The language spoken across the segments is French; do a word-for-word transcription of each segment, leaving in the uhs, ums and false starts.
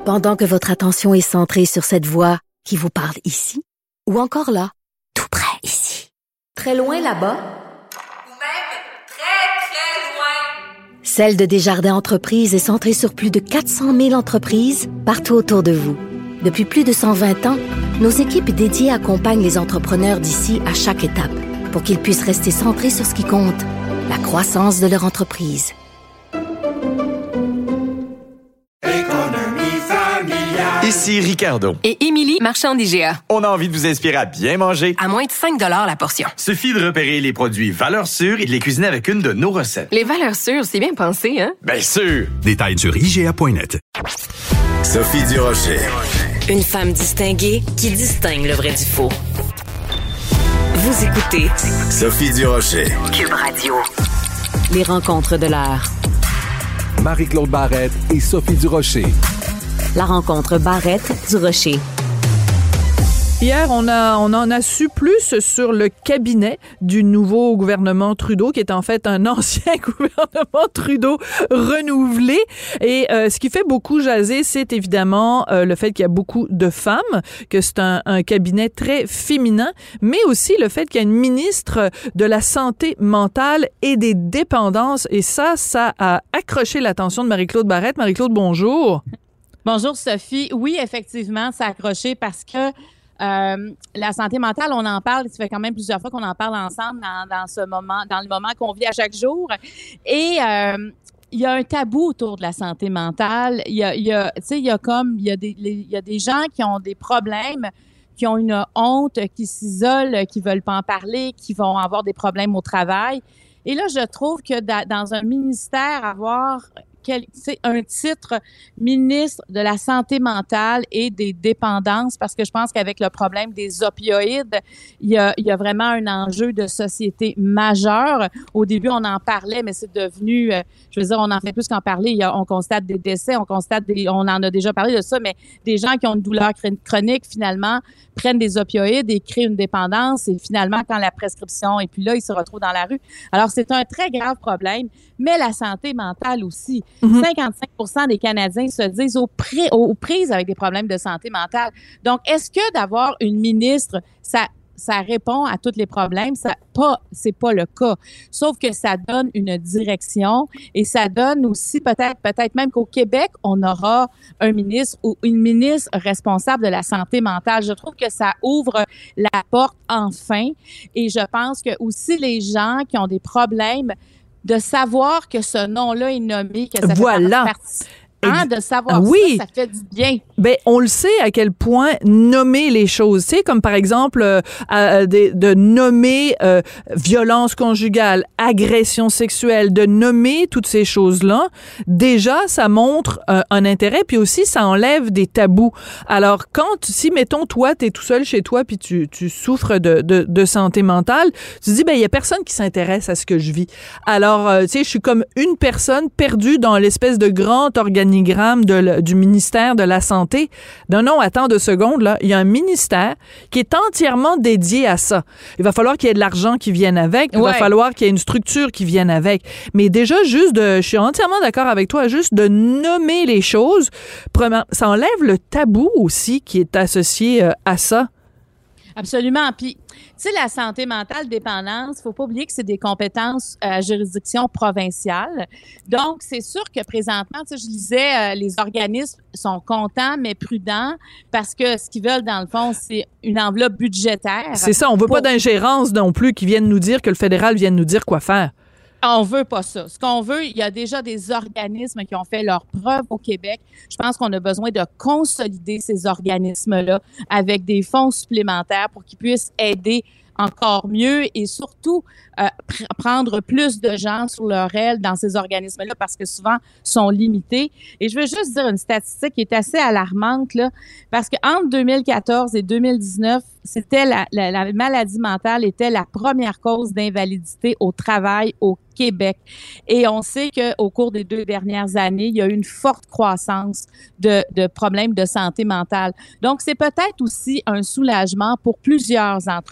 Pendant que votre attention est centrée sur cette voix qui vous parle ici, ou encore là, tout près ici, très loin là-bas, ou même très, très loin. Celle de Desjardins Entreprises est centrée sur plus de quatre cent mille entreprises partout autour de vous. Depuis plus de cent vingt ans, nos équipes dédiées accompagnent les entrepreneurs d'ici à chaque étape pour qu'ils puissent rester centrés sur ce qui compte, la croissance de leur entreprise. Ici Ricardo. Et Émilie, marchand d'I G A. On a envie de vous inspirer à bien manger. À moins de cinq dollars la portion. Suffit de repérer les produits valeurs sûres et de les cuisiner avec une de nos recettes. Les valeurs sûres, c'est bien pensé, hein? Bien sûr! Détails sur I G A point net. Sophie Durocher. Une femme distinguée qui distingue le vrai du faux. Vous écoutez Sophie Durocher. Cube Radio. Les rencontres de l'heure. Marie-Claude Barrette et Sophie Durocher. La rencontre Barrette-Durocher. Hier, on, a, on en a su plus sur le cabinet du nouveau gouvernement Trudeau, qui est en fait un ancien gouvernement Trudeau renouvelé. Et euh, ce qui fait beaucoup jaser, c'est évidemment euh, le fait qu'il y a beaucoup de femmes, que c'est un, un cabinet très féminin, mais aussi le fait qu'il y a une ministre de la Santé mentale et des dépendances. Et ça, ça a accroché l'attention de Marie-Claude Barrette. Marie-Claude, bonjour. Bonjour Sophie. Oui, effectivement, ça a accroché parce que euh, la santé mentale, on en parle, ça fait quand même plusieurs fois qu'on en parle ensemble dans, dans ce moment, dans le moment qu'on vit à chaque jour. Et euh, il y a un tabou autour de la santé mentale. Il y a, il y a, tu sais, il y a comme, il y a des, il y a des gens qui ont des problèmes, qui ont une honte, qui s'isolent, qui veulent pas en parler, qui vont avoir des problèmes au travail. Et là, je trouve que da, dans un ministère, avoir Quel, c'est un titre ministre de la santé mentale et des dépendances, parce que je pense qu'avec le problème des opioïdes, il y a, il y a vraiment un enjeu de société majeur. Au début, on en parlait, mais c'est devenu, euh, je veux dire, on en fait plus qu'en parler. Il y a, on constate des décès, on constate des, on en a déjà parlé de ça, mais des gens qui ont une douleur chronique, finalement, prennent des opioïdes et créent une dépendance. Et finalement, quand la prescription est plus là, ils se retrouvent dans la rue. Alors, c'est un très grave problème, mais la santé mentale aussi. Mm-hmm. cinquante-cinq pour cent des Canadiens se disent aux, pri- aux prises avec des problèmes de santé mentale. Donc, est-ce que d'avoir une ministre, ça, ça répond à tous les problèmes? Ça, pas, c'est pas le cas. Sauf que ça donne une direction et ça donne aussi peut-être, peut-être même qu'au Québec, on aura un ministre ou une ministre responsable de la santé mentale. Je trouve que ça ouvre la porte enfin et je pense que aussi les gens qui ont des problèmes de savoir que ce nom-là est nommé, que ça voilà. fait partie. Hein, de savoir ah, oui. ça, ça fait du bien. Ben, on le sait à quel point nommer les choses, tu sais, comme par exemple euh, euh, de, de nommer euh, violence conjugale, agression sexuelle, de nommer toutes ces choses-là, déjà, ça montre euh, un intérêt, puis aussi, ça enlève des tabous. Alors, quand, si, mettons, toi, t'es tout seul chez toi, puis tu, tu souffres de, de, de santé mentale, tu te dis, ben, il y a personne qui s'intéresse à ce que je vis. Alors, euh, tu sais, je suis comme une personne perdue dans l'espèce de grand organisme De, du ministère de la Santé. Non, non, attends deux secondes, là. Il y a un ministère qui est entièrement dédié à ça. Il va falloir qu'il y ait de l'argent qui vienne avec. Il ouais. va falloir qu'il y ait une structure qui vienne avec. Mais déjà, juste de... Je suis entièrement d'accord avec toi, juste de nommer les choses, ça enlève le tabou aussi qui est associé euh, à ça. Absolument. Puis, tu sais, la santé mentale, dépendance, il faut pas oublier que c'est des compétences à euh, juridiction provinciale. Donc, c'est sûr que présentement, tu sais, je disais, euh, les organismes sont contents, mais prudents, parce que ce qu'ils veulent, dans le fond, c'est une enveloppe budgétaire. C'est ça. On veut pour... pas d'ingérence non plus qui viennent nous dire, que le fédéral vienne nous dire quoi faire. On veut pas ça. Ce qu'on veut, il y a déjà des organismes qui ont fait leurs preuves au Québec. Je pense qu'on a besoin de consolider ces organismes-là avec des fonds supplémentaires pour qu'ils puissent aider encore mieux et surtout euh, pr- prendre plus de gens sur leur aile dans ces organismes-là parce que souvent sont limités. Et je veux juste dire une statistique qui est assez alarmante là, parce que entre deux mille quatorze et deux mille dix-neuf, c'était la, la, la maladie mentale était la première cause d'invalidité au travail au Québec. Et on sait qu'au cours des deux dernières années, il y a eu une forte croissance de, de problèmes de santé mentale. Donc, c'est peut-être aussi un soulagement pour plusieurs entreprises. Parce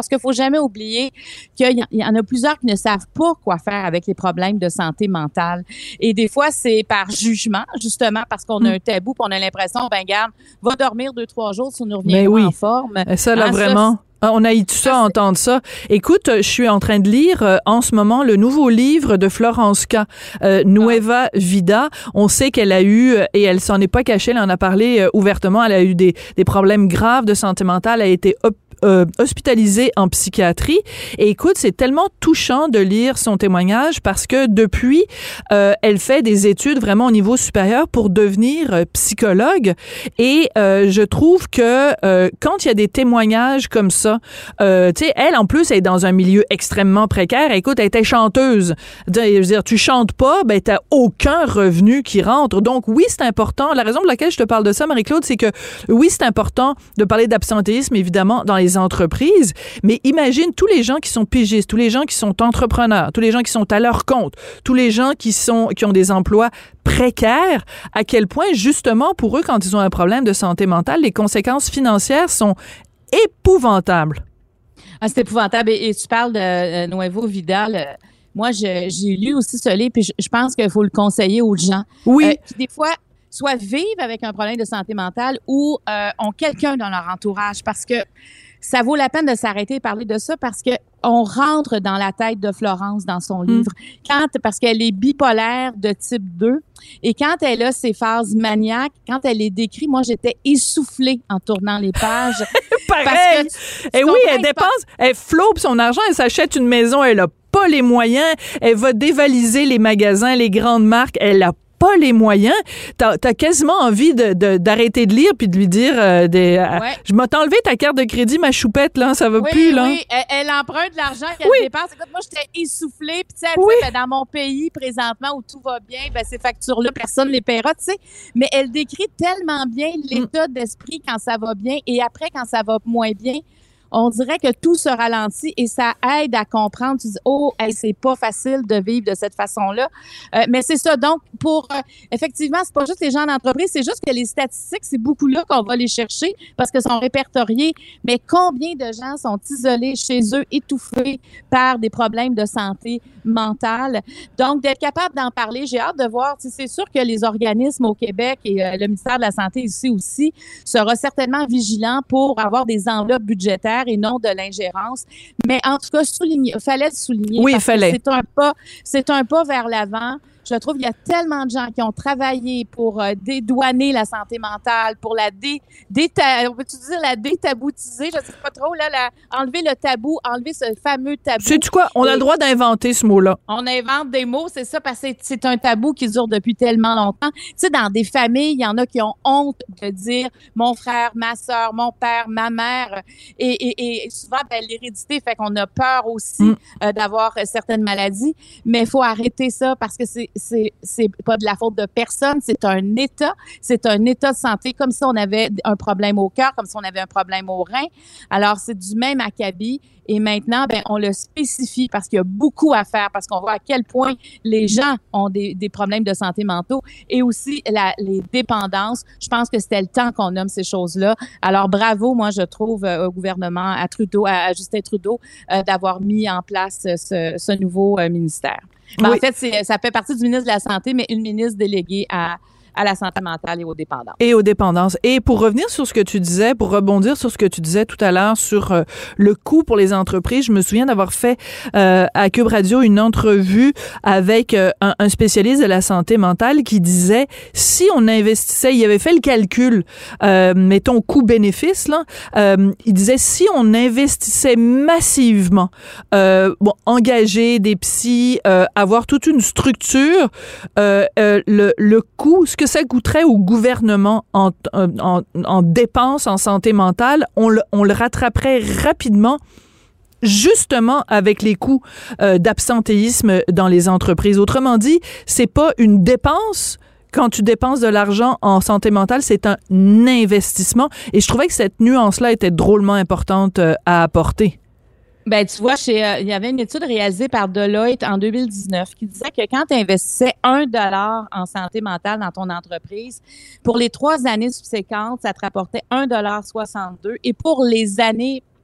parce qu'il faut jamais oublier qu'il y en a plusieurs qui ne savent pas quoi faire avec les problèmes de santé mentale. Et des fois, c'est par jugement, justement, parce qu'on a un tabou, puis on a l'impression, ben garde, va dormir deux, trois jours, si nous reviendrons oui. en forme. Et ça, là, hein, vraiment... Ça, on a eu tout ça, entendre ça. Écoute, je suis en train de lire euh, en ce moment le nouveau livre de Florence K, euh, Nueva Vida. On sait qu'elle a eu, et elle s'en est pas cachée, elle en a parlé euh, ouvertement, elle a eu des, des problèmes graves de santé mentale, elle a été op- Euh, hospitalisée en psychiatrie. Et écoute, c'est tellement touchant de lire son témoignage parce que depuis, euh, elle fait des études vraiment au niveau supérieur pour devenir euh, psychologue. Et euh, je trouve que euh, quand il y a des témoignages comme ça, euh, tu sais, elle, en plus, elle est dans un milieu extrêmement précaire. Écoute, elle était chanteuse. Je veux dire, tu chantes pas, ben t'as aucun revenu qui rentre. Donc oui, c'est important. La raison pour laquelle je te parle de ça, Marie-Claude, c'est que oui, c'est important de parler d'absentéisme, évidemment, dans les entreprises, mais imagine tous les gens qui sont pigistes, tous les gens qui sont entrepreneurs, tous les gens qui sont à leur compte, tous les gens qui sont qui ont des emplois précaires, à quel point, justement, pour eux, quand ils ont un problème de santé mentale, les conséquences financières sont épouvantables. Ah, c'est épouvantable. Et, et tu parles de euh, Nueva Vida. Le, moi, je, j'ai lu aussi ce livre, puis je, je pense qu'il faut le conseiller aux gens. Oui. Euh, qui, des fois, soit vivent avec un problème de santé mentale ou euh, ont quelqu'un dans leur entourage, parce que ça vaut la peine de s'arrêter et parler de ça, parce que on rentre dans la tête de Florence dans son mmh. livre, quand, parce qu'elle est bipolaire de type deux, et quand elle a ses phases maniaques, quand elle les décrit, moi, j'étais essoufflée en tournant les pages. Pareil! Et oui, elle dépense, elle flope son argent, elle s'achète une maison, elle a pas les moyens, elle va dévaliser les magasins, les grandes marques, elle a pas les moyens, t'as, t'as quasiment envie de, de, d'arrêter de lire puis de lui dire euh, des, euh, ouais. je m'ai enlevé ta carte de crédit, ma choupette, là, ça va oui, plus, là. Oui, elle, elle emprunte de l'argent qu'elle oui. dépense. Écoute, moi, j'étais essoufflée, puis tu sais, elle oui. dit, ben, dans mon pays, présentement, où tout va bien, ben, ces factures-là, personne les paiera, tu sais. Mais elle décrit tellement bien l'état mm. d'esprit quand ça va bien, et après, quand ça va moins bien, on dirait que tout se ralentit et ça aide à comprendre. Tu dis, oh, hey, c'est pas facile de vivre de cette façon-là. Euh, mais c'est ça. Donc, pour, euh, effectivement, c'est pas juste les gens d'entreprise, c'est juste que les statistiques, c'est beaucoup là qu'on va les chercher parce qu'elles sont répertoriées. Mais combien de gens sont isolés chez eux, étouffés par des problèmes de santé mentale? Donc, d'être capable d'en parler, j'ai hâte de voir. Tu sais, c'est sûr que les organismes au Québec et euh, le ministère de la Santé ici aussi sera certainement vigilant pour avoir des enveloppes budgétaires et non de l'ingérence. Mais en tout cas, souligner, fallait le souligner. Oui, parce fallait. Que c'est un pas, c'est un pas vers l'avant. Je trouve qu'il y a tellement de gens qui ont travaillé pour euh, dédouaner la santé mentale, pour la dé, déta, on peut-tu dire la détaboutiser, je sais pas trop, là, la, enlever le tabou, enlever ce fameux tabou. Sais-tu quoi? On a le droit d'inventer ce mot-là. On invente des mots, c'est ça, parce que c'est, c'est un tabou qui dure depuis tellement longtemps. Tu sais, dans des familles, il y en a qui ont honte de dire mon frère, ma sœur, mon père, ma mère. Et, et, et souvent, ben, l'hérédité fait qu'on a peur aussi mm. euh, d'avoir certaines maladies. Mais il faut arrêter ça parce que c'est C'est, c'est pas de la faute de personne, c'est un état, c'est un état de santé, comme si on avait un problème au cœur, comme si on avait un problème au rein. Alors, c'est du même acabit. Et maintenant, ben, on le spécifie parce qu'il y a beaucoup à faire, parce qu'on voit à quel point les gens ont des, des problèmes de santé mentaux et aussi la, les dépendances. Je pense que c'était le temps qu'on nomme ces choses-là. Alors, bravo, moi, je trouve, euh, au gouvernement, à Trudeau, à, à Justin Trudeau, euh, d'avoir mis en place ce, ce nouveau euh, ministère. Ben, oui. En fait, c'est, ça fait partie du ministre de la Santé, mais une ministre déléguée à à la santé mentale et aux dépendances. Et aux dépendances. Et pour revenir sur ce que tu disais, pour rebondir sur ce que tu disais tout à l'heure sur euh, le coût pour les entreprises, je me souviens d'avoir fait euh, à Cube Radio une entrevue avec euh, un, un spécialiste de la santé mentale qui disait si on investissait, il avait fait le calcul, euh, mettons coût-bénéfice, là, euh, il disait si on investissait massivement, euh, bon, engager des psys, euh, avoir toute une structure, euh, euh, le, le coût, ce que ça coûterait au gouvernement en, en, en dépenses en santé mentale, on le, on le rattraperait rapidement justement avec les coûts euh, d'absentéisme dans les entreprises. Autrement dit, c'est pas une dépense. Quand tu dépenses de l'argent en santé mentale, c'est un investissement. Et je trouvais que cette nuance-là était drôlement importante euh, à apporter. Ben, tu vois, chez, euh, il y avait une étude réalisée par Deloitte en deux mille dix-neuf qui disait que quand tu investissais un dollar en santé mentale dans ton entreprise, pour les trois années subséquentes, ça te rapportait un dollar soixante-deux et pour les années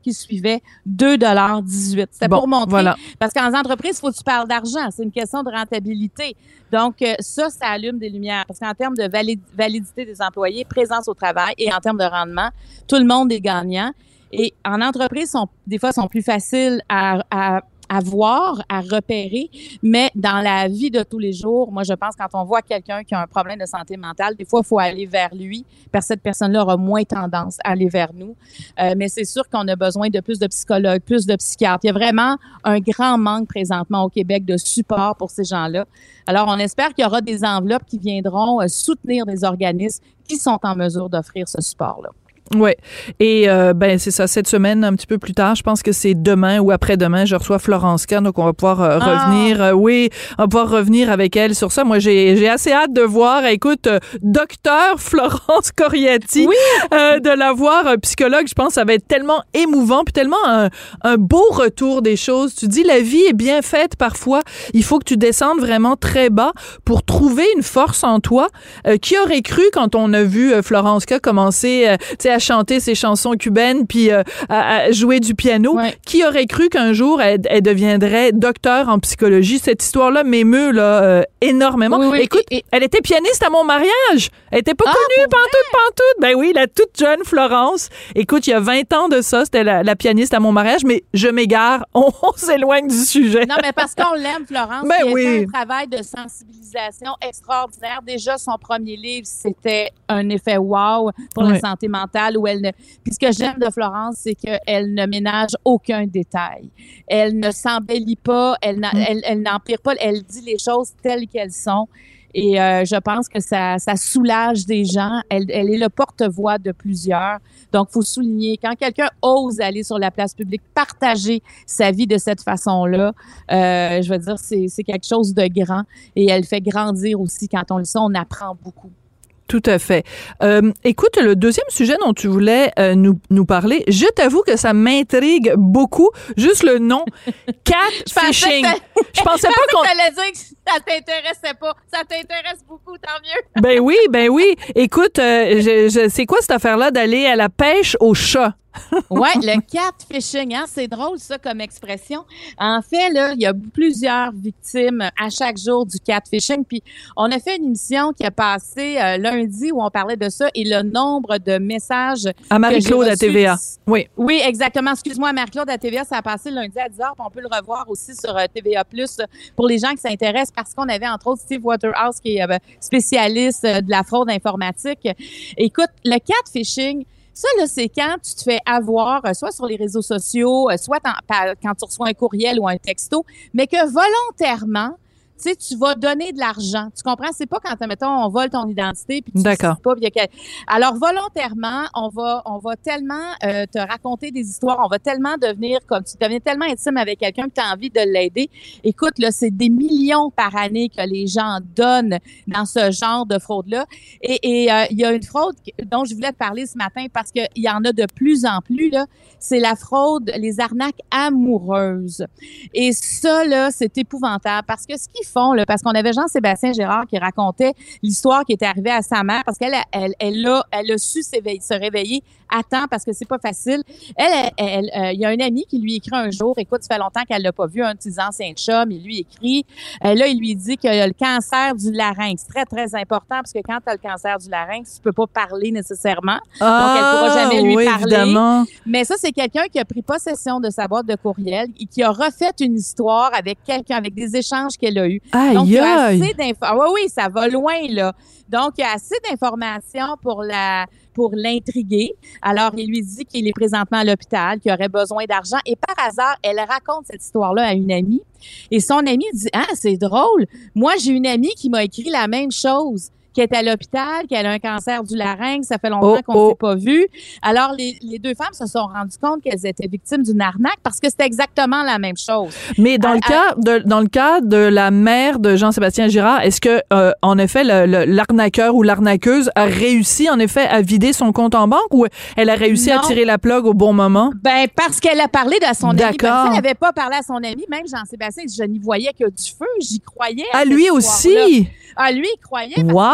qui suivait, deux dollars dix-huit. C'était bon, pour montrer, voilà. parce qu'en entreprise, il faut que tu parles d'argent. C'est une question de rentabilité. Donc, euh, ça, ça allume des lumières. Parce qu'en termes de valid- validité des employés, présence au travail et en termes de rendement, tout le monde est gagnant. Et en entreprise, sont, des fois, sont plus faciles à, à, à voir, à repérer. Mais dans la vie de tous les jours, moi, je pense, quand on voit quelqu'un qui a un problème de santé mentale, des fois, il faut aller vers lui, parce que cette personne-là aura moins tendance à aller vers nous. Euh, mais c'est sûr qu'on a besoin de plus de psychologues, plus de psychiatres. Il y a vraiment un grand manque présentement au Québec de support pour ces gens-là. Alors, on espère qu'il y aura des enveloppes qui viendront euh, soutenir des organismes qui sont en mesure d'offrir ce support-là. Oui. Et euh, ben c'est ça, cette semaine, un petit peu plus tard, je pense que c'est demain ou après-demain, je reçois Florence K, donc on va pouvoir euh, ah. revenir, euh, oui, on va pouvoir revenir avec elle sur ça. Moi, j'ai, j'ai assez hâte de voir, écoute, euh, docteur Florence Coriatti, oui. euh, de la voir, euh, psychologue, je pense que ça va être tellement émouvant, puis tellement un, un beau retour des choses. Tu dis, la vie est bien faite parfois, il faut que tu descendes vraiment très bas pour trouver une force en toi. Euh, qui aurait cru quand on a vu euh, Florence K commencer, euh, tu sais, à chanter ses chansons cubaines puis euh, à, à jouer du piano. Ouais. Qui aurait cru qu'un jour elle, elle deviendrait docteur en psychologie? Cette histoire-là m'émeut là euh, énormément. Oui, oui, Écoute, et, et... elle était pianiste à mon mariage. Elle était pas ah, connue pantoute pantoute. Ben oui, la toute jeune Florence. Écoute, il y a vingt ans de ça, c'était la, la pianiste à mon mariage, mais je m'égare. On, on s'éloigne du sujet. Non, mais parce qu'on l'aime, Florence. Ben il oui. a fait un travail de sensibilisation extraordinaire. Déjà, son premier livre, c'était un effet wow pour oui. la santé mentale. Où elle ne... Puis ce que j'aime de Florence, c'est qu'elle ne ménage aucun détail. Elle ne s'embellit pas, elle, n'a, mm. elle, elle n'empire pas, elle dit les choses telles qu'elles sont. Et euh, je pense que ça, ça soulage des gens. Elle, elle est le porte-voix de plusieurs. Donc, il faut souligner, quand quelqu'un ose aller sur la place publique, partager sa vie de cette façon-là, euh, je veux dire, c'est, c'est quelque chose de grand. Et elle fait grandir aussi. Quand on lit ça, on apprend beaucoup. Tout à fait. Euh, écoute, le deuxième sujet dont tu voulais euh, nous, nous parler, je t'avoue que ça m'intrigue beaucoup. Juste le nom, catfishing. Je pensais pas qu'on... Je t'allais dire que ça t'intéressait pas. Ça t'intéresse beaucoup, tant mieux. Ben oui, ben oui. Écoute, euh, je, je, c'est quoi cette affaire-là d'aller à la pêche au chat? Ouais, le catfishing, hein, c'est drôle ça comme expression. En fait, là, il y a plusieurs victimes à chaque jour du catfishing. Puis on a fait une émission qui a passé euh, lundi où on parlait de ça et le nombre de messages à Marie-Claude à T V A. Oui. Oui, exactement. Excuse-moi, Marie-Claude à T V A, ça a passé lundi à dix heures. Puis on peut le revoir aussi sur euh, T V A plus, pour les gens qui s'intéressent, parce qu'on avait entre autres Steve Waterhouse qui est euh, spécialiste euh, de la fraude informatique. Écoute, le catfishing. Ça, là, c'est quand tu te fais avoir, euh, soit sur les réseaux sociaux, euh, soit en, par, quand tu reçois un courriel ou un texto, mais que volontairement, tu sais, tu vas donner de l'argent. Tu comprends? C'est pas quand, mettons, on vole ton identité puis tu D'accord. sais pas. Puis y a... Alors, volontairement, on va, on va tellement euh, te raconter des histoires, on va tellement devenir comme tu deviens tellement intime avec quelqu'un que tu as envie de l'aider. Écoute, là, c'est des millions par année que les gens donnent dans ce genre de fraude-là. Et il et, euh, y a une fraude dont je voulais te parler ce matin parce qu'il y en a de plus en plus, là. C'est la fraude, les arnaques amoureuses. Et ça, là, c'est épouvantable parce que ce qu'ils font, là, parce qu'on avait Jean-Sébastien Girard qui racontait l'histoire qui était arrivée à sa mère parce qu'elle elle, elle, a, elle a su se réveiller à temps parce que c'est pas facile. Elle, elle, il euh, y a un ami qui lui écrit un jour, écoute, ça fait longtemps qu'elle l'a pas vu, un de ses anciens chums, il lui écrit, euh, là, il lui dit qu'il a le cancer du larynx. Très, très important parce que quand tu as le cancer du larynx, tu peux pas parler nécessairement. Ah, donc, elle pourra jamais lui oui, parler. Évidemment. Mais ça, c'est quelqu'un qui a pris possession de sa boîte de courriel et qui a refait une histoire avec quelqu'un, avec des échanges qu'elle a eus. Aïe, donc, il y a aïe. assez d'informations. Ah, oui, oui, ça va loin, là. Donc, il y a assez d'informations pour la, pour l'intriguer. Alors, il lui dit qu'il est présentement à l'hôpital, qu'il aurait besoin d'argent. Et par hasard, elle raconte cette histoire-là à une amie. Et son amie dit, ah, c'est drôle. Moi, j'ai une amie qui m'a écrit la même chose, qui est à l'hôpital, qui a un cancer du larynx, ça fait longtemps oh, qu'on ne oh. s'est pas vu. Alors, les, les deux femmes se sont rendues compte qu'elles étaient victimes d'une arnaque parce que c'était exactement la même chose. Mais dans, à, le, cas de, dans le cas de la mère de Jean-Sébastien Girard, est-ce que, euh, en effet, le, le, l'arnaqueur ou l'arnaqueuse a réussi, en effet, à vider son compte en banque ou elle a réussi non. à tirer la plug au bon moment? Ben, parce qu'elle a parlé de son D'accord. ami. Parce qu'elle n'avait pas parlé à son ami, même Jean-Sébastien, je n'y voyais que du feu, j'y croyais. À, à lui aussi? À lui, il croyait. Wow!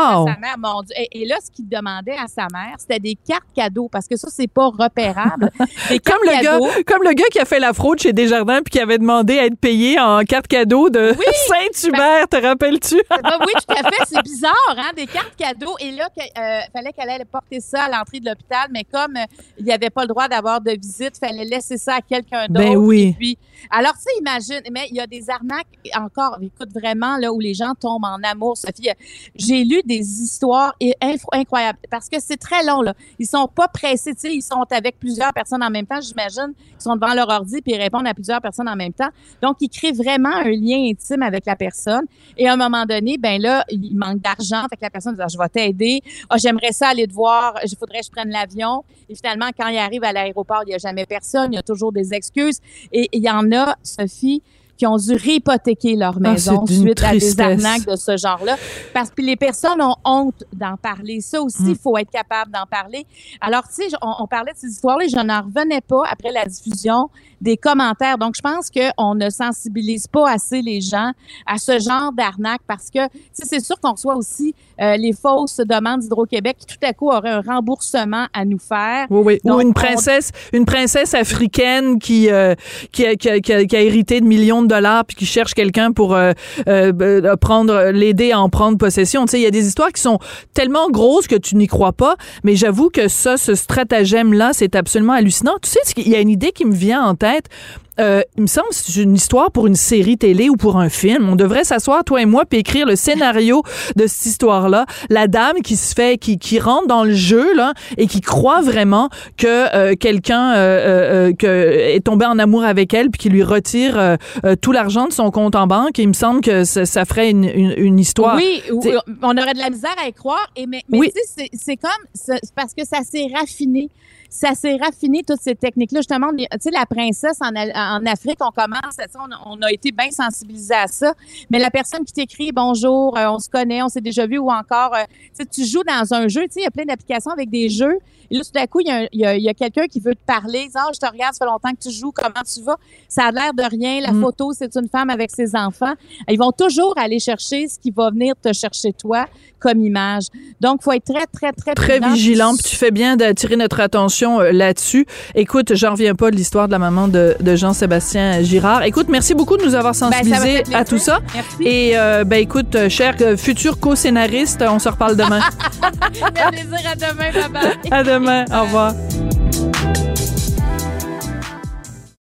Wow! Sa mère, mon Dieu. Et, et là, ce qu'il demandait à sa mère, c'était des cartes cadeaux, parce que ça, c'est pas repérable. Des cartes comme, le cadeaux. gars, comme le gars qui a fait la fraude chez Desjardins puis qui avait demandé à être payé en carte cadeau de Oui, Saint-Hubert, te rappelles-tu? Ben oui, tout à fait. C'est bizarre, hein, des cartes cadeaux. Et là, il euh, fallait qu'elle allait porter ça à l'entrée de l'hôpital, mais comme euh, il n'y avait pas le droit d'avoir de visite, il fallait laisser ça à quelqu'un d'autre. Ben oui. Et puis, alors, tu sais, imagine, mais il y a des arnaques encore, écoute, vraiment, là, où les gens tombent en amour, Sophie. J'ai lu des histoires incroyables, parce que c'est très long, là. Ils sont pas pressés, tu sais, ils sont avec plusieurs personnes en même temps, j'imagine. Ils sont devant leur ordi, puis ils répondent à plusieurs personnes en même temps. Donc, ils créent vraiment un lien intime avec la personne. Et à un moment donné, ben là, il manque d'argent, fait que la personne dit, ah, je vais t'aider. Ah, j'aimerais ça aller te voir, il faudrait que je prenne l'avion. Et finalement, quand il arrive à l'aéroport, il n'y a jamais personne, il y a toujours des excuses. Et il y en a, Sophie, qui ont dû réhypothéquer leur maison ah, suite tristesse. à des arnaques de ce genre-là. Parce que les personnes ont honte d'en parler. Ça aussi, il mm. faut être capable d'en parler. Alors, tu sais, on, on parlait de ces histoires-là et je n'en revenais pas après la diffusion des commentaires. Donc, je pense qu'on ne sensibilise pas assez les gens à ce genre d'arnaque parce que, tu sais, c'est sûr qu'on reçoit aussi euh, les fausses demandes d'Hydro-Québec qui, tout à coup, auraient un remboursement à nous faire. Oui, oui. Donc, ou une princesse, on... une princesse africaine qui, euh, qui, a, qui, a, qui, a, qui a hérité de millions de dollars puis qui cherche quelqu'un pour euh, euh, prendre, l'aider à en prendre possession. Tu sais, il y a des histoires qui sont tellement grosses que tu n'y crois pas, mais j'avoue que ça, ce stratagème-là, c'est absolument hallucinant. Tu sais, il y a une idée qui me vient en tête. Euh, il me semble que c'est une histoire pour une série télé ou pour un film. On devrait s'asseoir, toi et moi, puis écrire le scénario de cette histoire-là. La dame qui se fait, qui, qui rentre dans le jeu, là, et qui croit vraiment que euh, quelqu'un euh, euh, que est tombé en amour avec elle puis qui lui retire euh, euh, tout l'argent de son compte en banque. Et il me semble que ça, ça ferait une, une, une histoire. Oui, t'sais, on aurait de la misère à y croire. Et mais mais oui. Tu sais, c'est, c'est comme, c'est parce que ça s'est raffiné. Ça s'est raffiné, toutes ces techniques-là. Justement, tu sais, la princesse en, en Afrique, on commence, on, on a été bien sensibilisés à ça. Mais la personne qui t'écrit « Bonjour, euh, on se connaît, on s'est déjà vu » ou encore, euh, tu sais, tu joues dans un jeu, tu sais, il y a plein d'applications avec des jeux. Et là, tout à coup, il y a, il y a, il y a quelqu'un qui veut te parler. Il dit « Ah, je te regarde, ça fait longtemps que tu joues, comment tu vas? » Ça a l'air de rien. La mmh. photo, c'est une femme avec ses enfants. Ils vont toujours aller chercher ce qui va venir te chercher toi comme image. Donc, il faut être très, très, très Très vigilant. Puis tu fais bien d'attirer notre attention euh, là-dessus. Écoute, j'en reviens pas de l'histoire de la maman de, de Jean-Sébastien Girard. Écoute, merci beaucoup de nous avoir sensibilisés ben, à tout ça. Merci. Et, euh, ben écoute, cher euh, futur co-scénariste, on se reparle demain. Le plaisir, à demain, bye bye. À demain, au revoir.